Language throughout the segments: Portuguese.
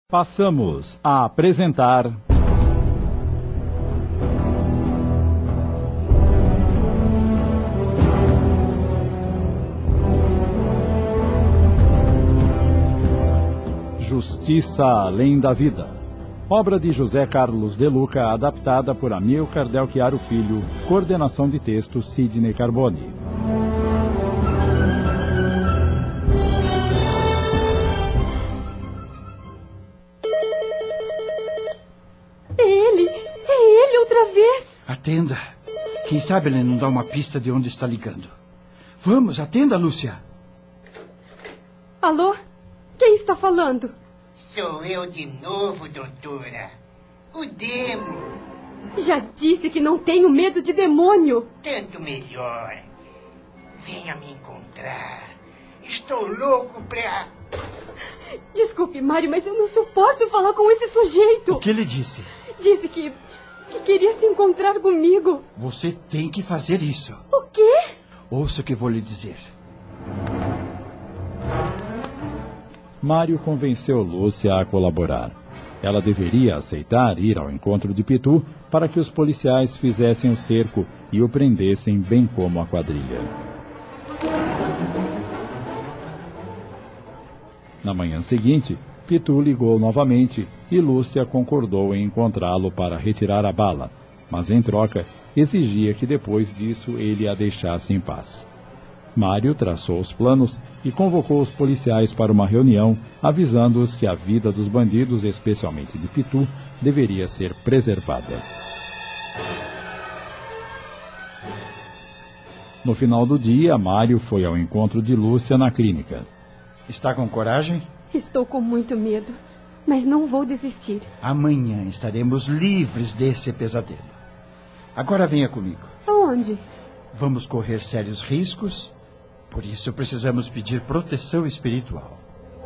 Passamos a apresentar... Justiça Além da Vida. Obra de José Carlos de Luca, adaptada por Amilcar Del Chiaro Filho, coordenação de texto Sidney Carboni. É ele outra vez. Atenda. Quem sabe ele não dá uma pista de onde está ligando. Vamos, atenda, Lúcia. Alô? Quem está falando? Sou eu de novo, doutora. O Demo. Já disse que não tenho medo de demônio. Tanto melhor. Venha me encontrar. Estou louco pra... Desculpe, Mário, mas eu não suporto falar com esse sujeito. O que ele disse? Disse que queria se encontrar comigo. Você tem que fazer isso. O quê? Ouça o que vou lhe dizer. Mário convenceu Lúcia a colaborar. Ela deveria aceitar ir ao encontro de Pitu para que os policiais fizessem o cerco e o prendessem, bem como a quadrilha. Na manhã seguinte, Pitu ligou novamente e Lúcia concordou em encontrá-lo para retirar a bala, mas em troca exigia que depois disso ele a deixasse em paz. Mário traçou os planos e convocou os policiais para uma reunião, avisando-os que a vida dos bandidos, especialmente de Pitu, deveria ser preservada. No final do dia, Mário foi ao encontro de Lúcia na clínica. Está com coragem? Estou com muito medo, mas não vou desistir. Amanhã estaremos livres desse pesadelo. Agora venha comigo. Aonde? Vamos correr sérios riscos, por isso precisamos pedir proteção espiritual.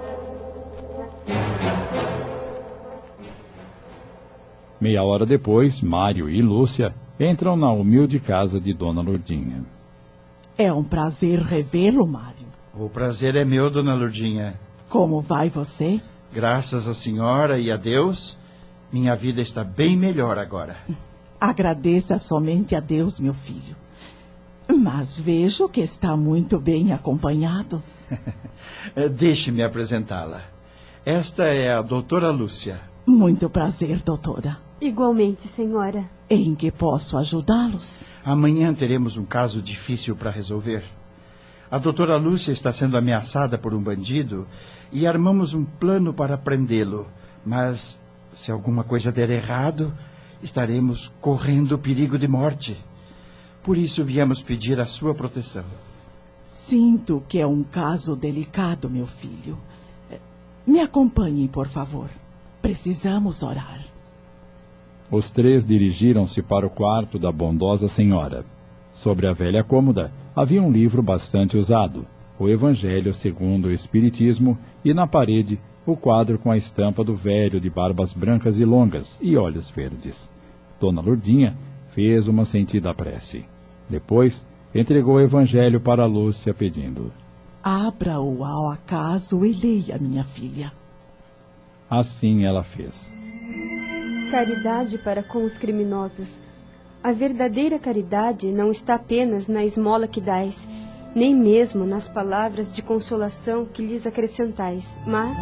Meia hora depois, Mário e Lúcia entram na humilde casa de Dona Lourdinha. É um prazer revê-lo, Mário. O prazer é meu, Dona Lourdinha. Como vai você? Graças à senhora e a Deus, minha vida está bem melhor agora. Agradeça somente a Deus, meu filho. Mas vejo que está muito bem acompanhado. Deixe-me apresentá-la. Esta é a doutora Lúcia. Muito prazer, doutora. Igualmente, senhora. Em que posso ajudá-los? Amanhã teremos um caso difícil para resolver. A doutora Lúcia está sendo ameaçada por um bandido e armamos um plano para prendê-lo. Mas, se alguma coisa der errado, estaremos correndo perigo de morte. Por isso viemos pedir a sua proteção. Sinto que é um caso delicado, meu filho. Me acompanhem, por favor. Precisamos orar. Os três dirigiram-se para o quarto da bondosa senhora. Sobre a velha cômoda havia um livro bastante usado, o Evangelho segundo o Espiritismo, e na parede o quadro com a estampa do velho de barbas brancas e longas e olhos verdes. Dona Lourdinha fez uma sentida prece. Depois, entregou o Evangelho para Lúcia, pedindo: Abra-o ao acaso e leia, minha filha. Assim ela fez. Caridade para com os criminosos. A verdadeira caridade não está apenas na esmola que dais, nem mesmo nas palavras de consolação que lhes acrescentais, mas...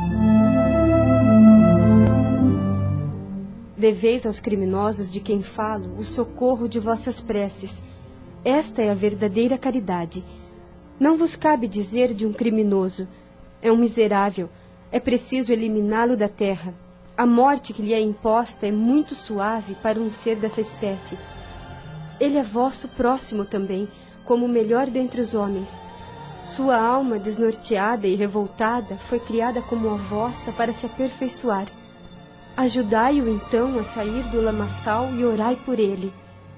Deveis aos criminosos de quem falo o socorro de vossas preces. Esta é a verdadeira caridade. Não vos cabe dizer de um criminoso: é um miserável, é preciso eliminá-lo da terra. A morte que lhe é imposta é muito suave para um ser dessa espécie. Ele é vosso próximo também, como o melhor dentre os homens. Sua alma desnorteada e revoltada foi criada como a vossa para se aperfeiçoar. Ajudai-o então a sair do lamaçal e orai por ele.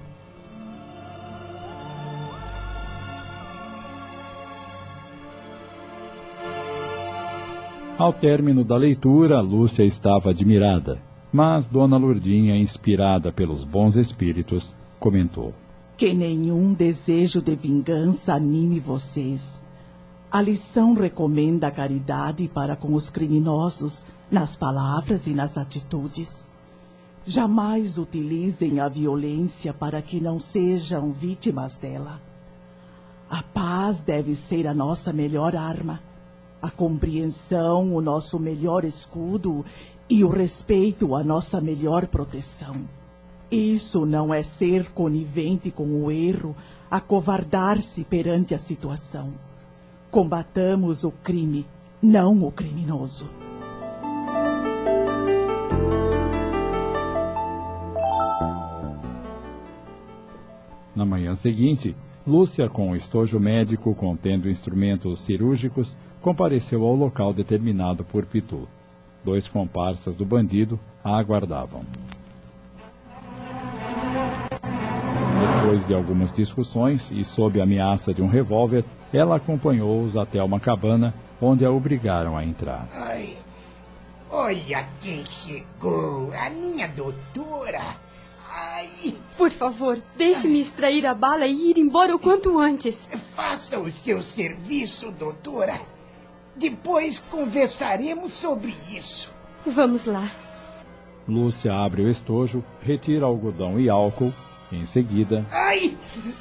Ao término da leitura, Lúcia estava admirada, mas Dona Lourdinha, inspirada pelos bons espíritos, comentou: Que nenhum desejo de vingança anime vocês. A lição recomenda a caridade para com os criminosos, nas palavras e nas atitudes. Jamais utilizem a violência para que não sejam vítimas dela. A paz deve ser a nossa melhor arma, a compreensão o nosso melhor escudo e o respeito a nossa melhor proteção. Isso não é ser conivente com o erro, acovardar-se perante a situação. Combatamos o crime, não o criminoso. Na manhã seguinte, Lúcia, com o estojo médico contendo instrumentos cirúrgicos, compareceu ao local determinado por Pitu. 2 comparsas do bandido a aguardavam. Depois de algumas discussões e sob a ameaça de um revólver, ela acompanhou-os até uma cabana, onde a obrigaram a entrar. Ai, olha quem chegou, a minha doutora. Ai, Por favor, deixe-me extrair a bala e ir embora o quanto antes. faça o seu serviço, doutora. Depois conversaremos sobre isso. Vamos lá. Lúcia abre o estojo, retira algodão e álcool. Em seguida, Ai,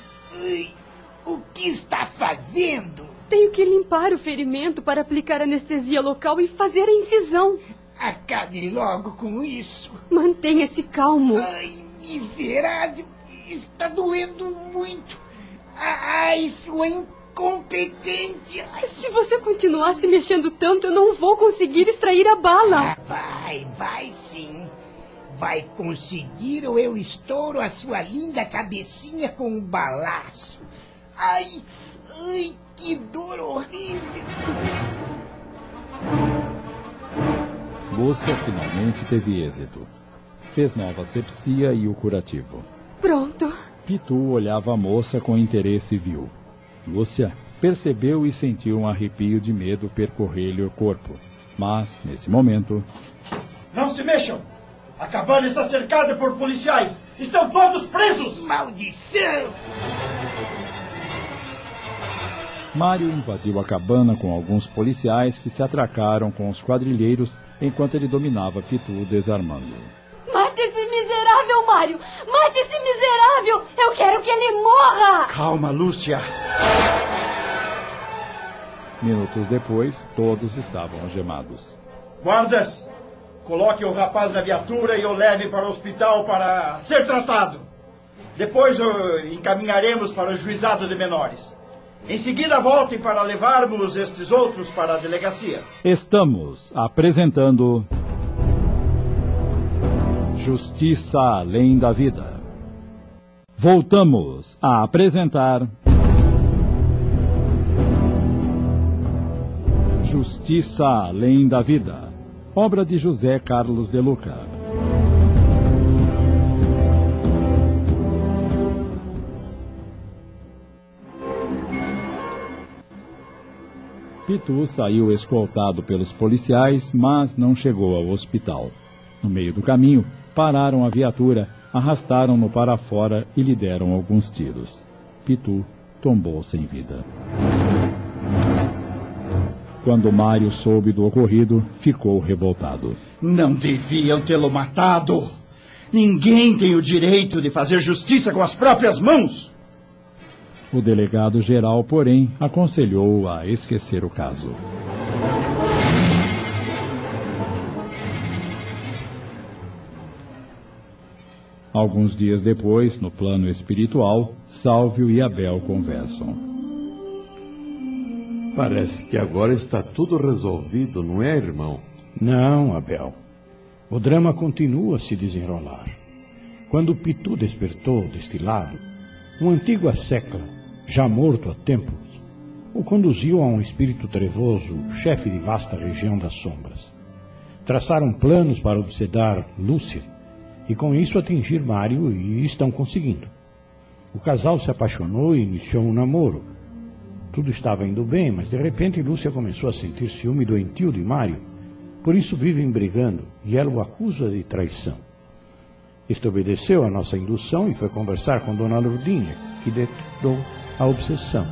o que está fazendo? Tenho que limpar o ferimento para aplicar anestesia local e fazer a incisão. Acabe logo com isso. Mantenha-se calmo. Ai, miserável, está doendo muito. Ai, sua incompetência. Se você continuar se mexendo tanto, eu não vou conseguir extrair a bala. Vai sim. Vai conseguir ou eu estouro a sua linda cabecinha com um balaço. Ai, que dor horrível. Lúcia finalmente teve êxito. Fez nova asepsia e o curativo. Pronto. Pitu olhava a moça com interesse e viu. Lúcia percebeu e sentiu um arrepio de medo percorrer-lhe o corpo. Mas, nesse momento... Não se mexam! A cabana está cercada por policiais! Estão todos presos! Maldição! Mário invadiu a cabana com alguns policiais que se atracaram com os quadrilheiros enquanto ele dominava Pitu, desarmando. Mate esse miserável, Mário! Mate esse miserável! Eu quero que ele morra! Calma, Lúcia! Minutos depois, todos estavam algemados. Guardas! Coloque o rapaz na viatura e o leve para o hospital para ser tratado. Depois o encaminharemos para o juizado de menores. Em seguida voltem para levarmos estes outros para a delegacia. Estamos apresentando... Justiça Além da Vida. Voltamos a apresentar... Justiça Além da Vida. Obra de José Carlos de Luca. Pitu saiu escoltado pelos policiais, mas não chegou ao hospital. No meio do caminho, pararam a viatura, arrastaram-no para fora e lhe deram alguns tiros. Pitu tombou sem vida. Quando Mário soube do ocorrido, ficou revoltado. Não deviam tê-lo matado. Ninguém tem o direito de fazer justiça com as próprias mãos. O delegado-geral, porém, aconselhou-o a esquecer o caso. Alguns dias depois, no plano espiritual, Sálvio e Abel conversam. Parece que agora está tudo resolvido, não é, irmão? Não, Abel. O drama continua a se desenrolar. Quando Pitu despertou deste lado, um antigo assecla, já morto há tempos, o conduziu a um espírito trevoso, chefe de vasta região das sombras. Traçaram planos para obsedar Lúcia e com isso atingir Mário, e estão conseguindo. O casal se apaixonou e iniciou um namoro. Tudo estava indo bem, mas de repente Lúcia começou a sentir ciúme doentio de Mário. Por isso vivem brigando e ela o acusa de traição. Este obedeceu à nossa indução e foi conversar com Dona Lourdinha, que detectou a obsessão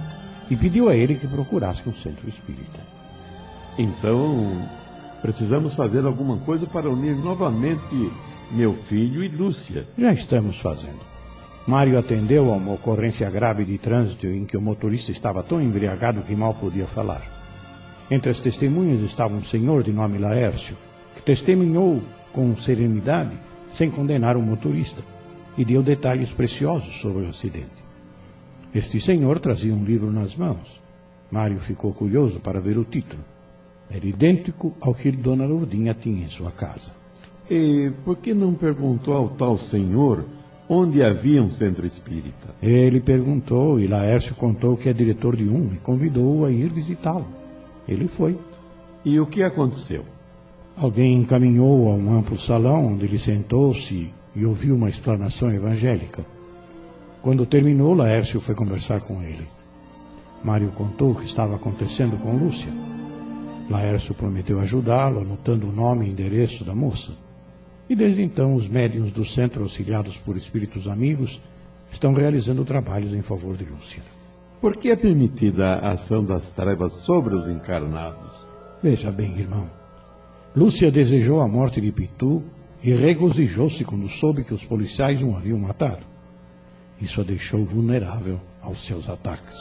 e pediu a ele que procurasse um centro espírita. Então, precisamos fazer alguma coisa para unir novamente meu filho e Lúcia. Já estamos fazendo. Mário atendeu a uma ocorrência grave de trânsito em que o motorista estava tão embriagado que mal podia falar. Entre as testemunhas estava um senhor de nome Laércio, que testemunhou com serenidade, sem condenar o motorista, e deu detalhes preciosos sobre o acidente. Este senhor trazia um livro nas mãos. Mário ficou curioso para ver o título. Era idêntico ao que Dona Lourdinha tinha em sua casa. E por que não perguntou ao tal senhor onde havia um centro espírita? Ele perguntou e Laércio contou que é diretor de um e convidou-o a ir visitá-lo. Ele foi. E o que aconteceu? Alguém encaminhou a um amplo salão onde ele sentou-se e ouviu uma explanação evangélica. Quando terminou, Laércio foi conversar com ele. Mário contou o que estava acontecendo com Lúcia. Laércio prometeu ajudá-lo, anotando o nome e endereço da moça. E desde então, os médiuns do centro, auxiliados por espíritos amigos, estão realizando trabalhos em favor de Lúcia. Por que é permitida a ação das trevas sobre os encarnados? Veja bem, irmão. Lúcia desejou a morte de Pitu e regozijou-se quando soube que os policiais o haviam matado. Isso a deixou vulnerável aos seus ataques.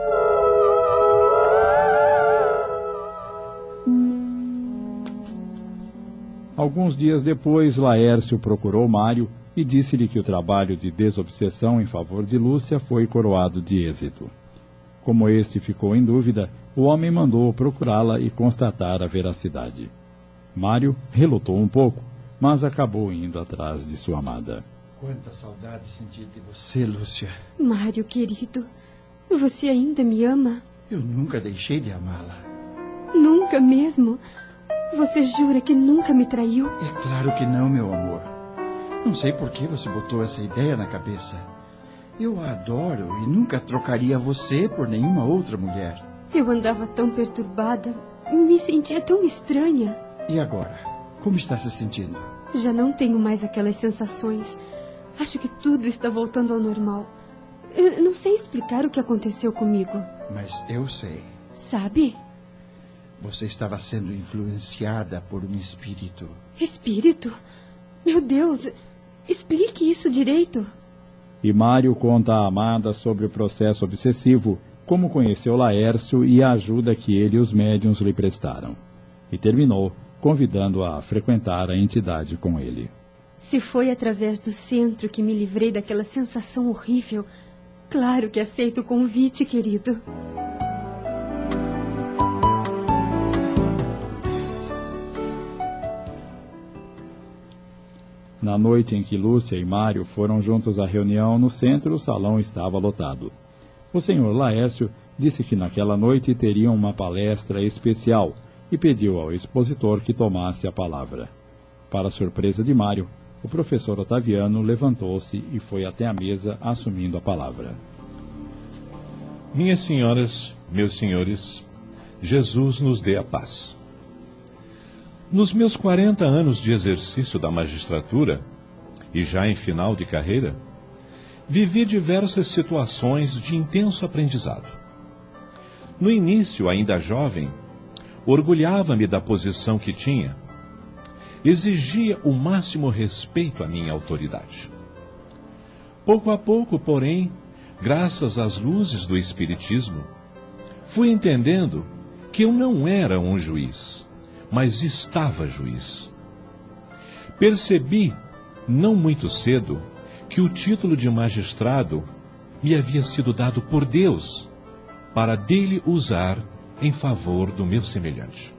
Alguns dias depois, Laércio procurou Mário e disse-lhe que o trabalho de desobsessão em favor de Lúcia foi coroado de êxito. Como este ficou em dúvida, o homem mandou procurá-la e constatar a veracidade. Mário relutou um pouco, mas acabou indo atrás de sua amada. Quanta saudade senti de você, Lúcia. Mário, querido, você ainda me ama? Eu nunca deixei de amá-la. Nunca mesmo? Você jura que nunca me traiu? É claro que não, meu amor. Não sei por que você botou essa ideia na cabeça. Eu a adoro e nunca trocaria você por nenhuma outra mulher. Eu andava tão perturbada, me sentia tão estranha. E agora? Como está se sentindo? Já não tenho mais aquelas sensações. Acho que tudo está voltando ao normal. Eu não sei explicar o que aconteceu comigo. Mas eu sei. Sabe? Você estava sendo influenciada por um espírito. Espírito? Meu Deus, explique isso direito. E Mário conta à amada sobre o processo obsessivo, como conheceu Laércio e a ajuda que ele e os médiuns lhe prestaram. E terminou convidando-a a frequentar a entidade com ele. Se foi através do centro que me livrei daquela sensação horrível, claro que aceito o convite, querido. Na noite em que Lúcia e Mário foram juntos à reunião no centro, o salão estava lotado. O senhor Laércio disse que naquela noite teriam uma palestra especial e pediu ao expositor que tomasse a palavra. Para surpresa de Mário, o professor Otaviano levantou-se e foi até a mesa assumindo a palavra. Minhas senhoras, meus senhores, Jesus nos dê a paz. Nos meus 40 anos de exercício da magistratura, e já em final de carreira, vivi diversas situações de intenso aprendizado. No início, ainda jovem, orgulhava-me da posição que tinha, exigia o máximo respeito à minha autoridade. Pouco a pouco, porém, graças às luzes do Espiritismo, fui entendendo que eu não era um juiz, mas estava juiz. Percebi, não muito cedo, que o título de magistrado me havia sido dado por Deus, para dele usar em favor do meu semelhante.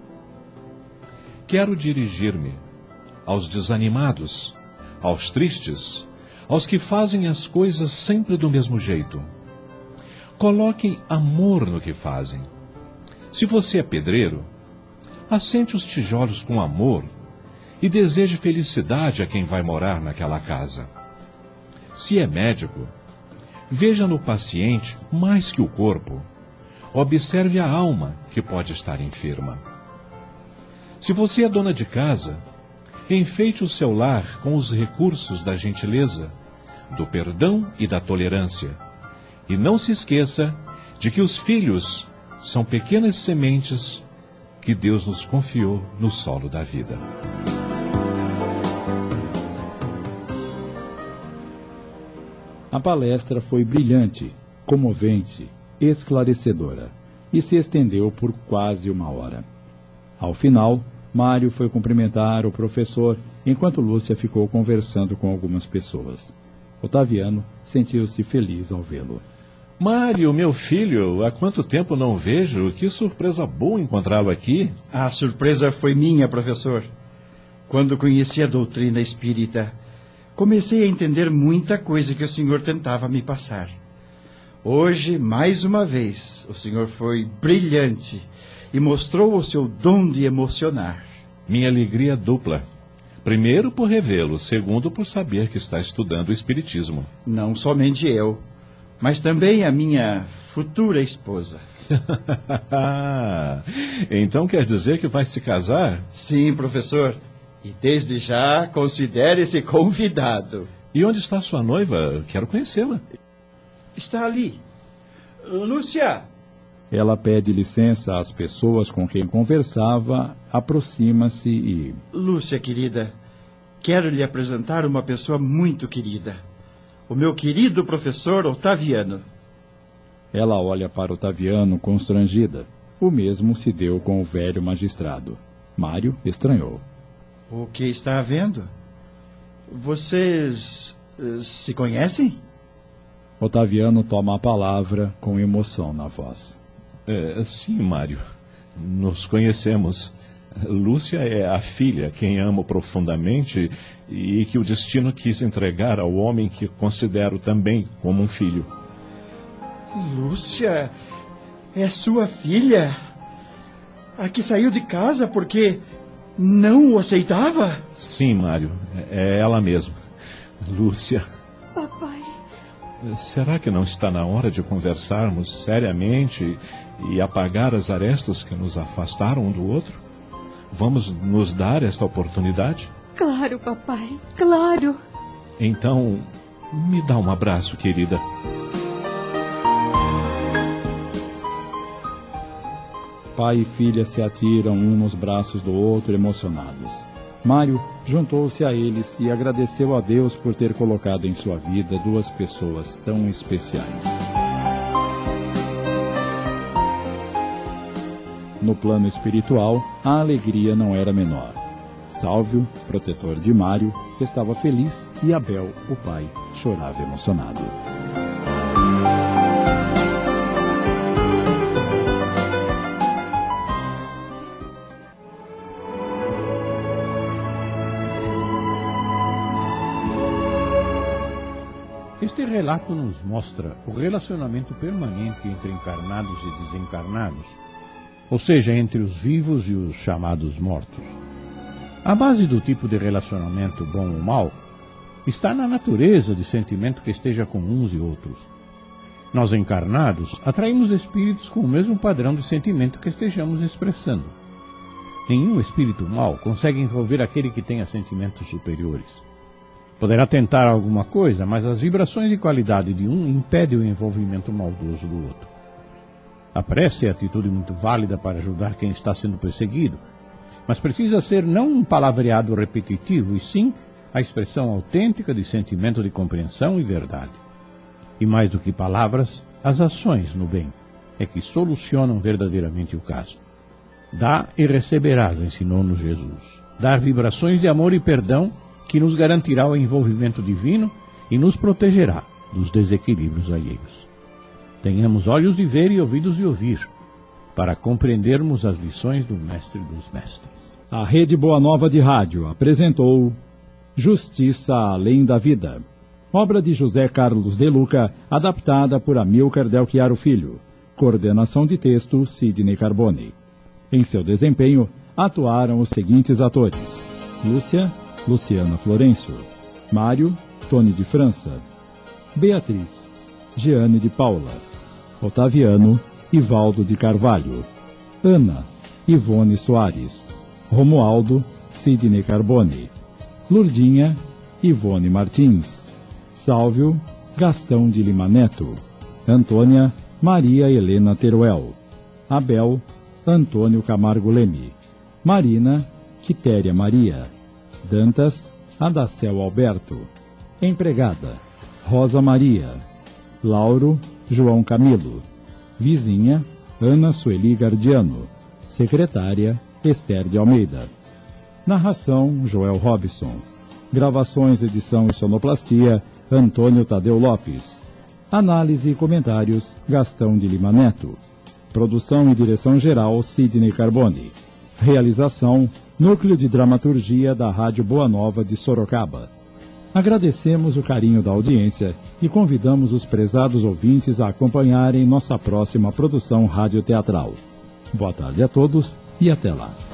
Quero dirigir-me aos desanimados, aos tristes, aos que fazem as coisas sempre do mesmo jeito. Coloquem amor no que fazem. Se você é pedreiro, assente os tijolos com amor e deseje felicidade a quem vai morar naquela casa. Se é médico, veja no paciente mais que o corpo. Observe a alma que pode estar enferma. Se você é dona de casa, enfeite o seu lar com os recursos da gentileza, do perdão e da tolerância. E não se esqueça de que os filhos são pequenas sementes que Deus nos confiou no solo da vida. A palestra foi brilhante, comovente, esclarecedora e se estendeu por quase 1 hora. Ao final, Mário foi cumprimentar o professor, enquanto Lúcia ficou conversando com algumas pessoas. Otaviano sentiu-se feliz ao vê-lo. Mário, meu filho, há quanto tempo não vejo? Que surpresa boa encontrá-lo aqui. A surpresa foi minha, professor. Quando conheci a doutrina espírita, comecei a entender muita coisa que o senhor tentava me passar. Hoje, mais uma vez, o senhor foi brilhante e mostrou o seu dom de emocionar. Minha alegria é dupla. Primeiro por revê-lo, segundo por saber que está estudando o Espiritismo. Não somente eu, mas também a minha futura esposa. Então quer dizer que vai se casar? Sim, professor. E desde já considere-se convidado. E onde está sua noiva? Quero conhecê-la. Está ali. Lúcia! Ela pede licença às pessoas com quem conversava, aproxima-se e... Lúcia, querida, quero lhe apresentar uma pessoa muito querida. O meu querido professor Otaviano. Ela olha para Otaviano constrangida. O mesmo se deu com o velho magistrado. Mário estranhou. O que está havendo? Vocês se conhecem? Otaviano toma a palavra com emoção na voz. Sim, Mário. Nos conhecemos. Lúcia é a filha, quem amo profundamente e que o destino quis entregar ao homem que considero também como um filho. Lúcia é sua filha? A que saiu de casa porque não o aceitava? Sim, Mário. É ela mesma. Lúcia. Papai. Será que não está na hora de conversarmos seriamente e apagar as arestas que nos afastaram um do outro? Vamos nos dar esta oportunidade? Claro, papai, claro. Então, me dá um abraço, querida. Pai e filha se atiram um nos braços do outro, emocionados. Mário juntou-se a eles e agradeceu a Deus por ter colocado em sua vida 2 pessoas tão especiais. No plano espiritual, a alegria não era menor. Sálvio, protetor de Mário, estava feliz e Abel, o pai, chorava emocionado. Este relato nos mostra o relacionamento permanente entre encarnados e desencarnados, ou seja, entre os vivos e os chamados mortos. A base do tipo de relacionamento bom ou mau está na natureza de sentimento que esteja com uns e outros. Nós encarnados atraímos espíritos com o mesmo padrão de sentimento que estejamos expressando. Nenhum espírito mau consegue envolver aquele que tenha sentimentos superiores. Poderá tentar alguma coisa, mas as vibrações de qualidade de um impedem o envolvimento maldoso do outro. A prece é atitude muito válida para ajudar quem está sendo perseguido, mas precisa ser não um palavreado repetitivo, e sim a expressão autêntica de sentimento de compreensão e verdade. E mais do que palavras, as ações no bem é que solucionam verdadeiramente o caso. Dá e receberás, ensinou-nos Jesus. Dar vibrações de amor e perdão que nos garantirá o envolvimento divino e nos protegerá dos desequilíbrios alheios. Tenhamos olhos de ver e ouvidos de ouvir, para compreendermos as lições do Mestre dos Mestres. A Rede Boa Nova de Rádio apresentou Justiça Além da Vida, obra de José Carlos de Luca, adaptada por Amilcar Del Chiaro Filho. Coordenação de texto, Sidney Carbone. Em seu desempenho, atuaram os seguintes atores: Lúcia, Luciana Florencio; Mário, Tony de França; Beatriz, Jeane de Paula; Otaviano, Ivaldo de Carvalho; Ana, Ivone Soares; Romualdo, Sidney Carbone; Lurdinha, Ivone Martins; Sálvio, Gastão de Lima Neto; Antônia, Maria Helena Teruel. Abel, Antônio Camargo Leme. Marina, Quitéria Maria. Dantas, Adacel Alberto. Empregada, Rosa Maria. Lauro, João Camilo. Vizinha, Ana Sueli Gardiano. Secretária, Esther de Almeida. Narração, Joel Robson. Gravações, edição e sonoplastia, Antônio Tadeu Lopes. Análise e comentários, Gastão de Lima Neto. Produção e direção geral, Sidney Carbone. Realização, Núcleo de Dramaturgia da Rádio Boa Nova de Sorocaba. Agradecemos o carinho da audiência e convidamos os prezados ouvintes a acompanharem nossa próxima produção radioteatral. Boa tarde a todos e até lá.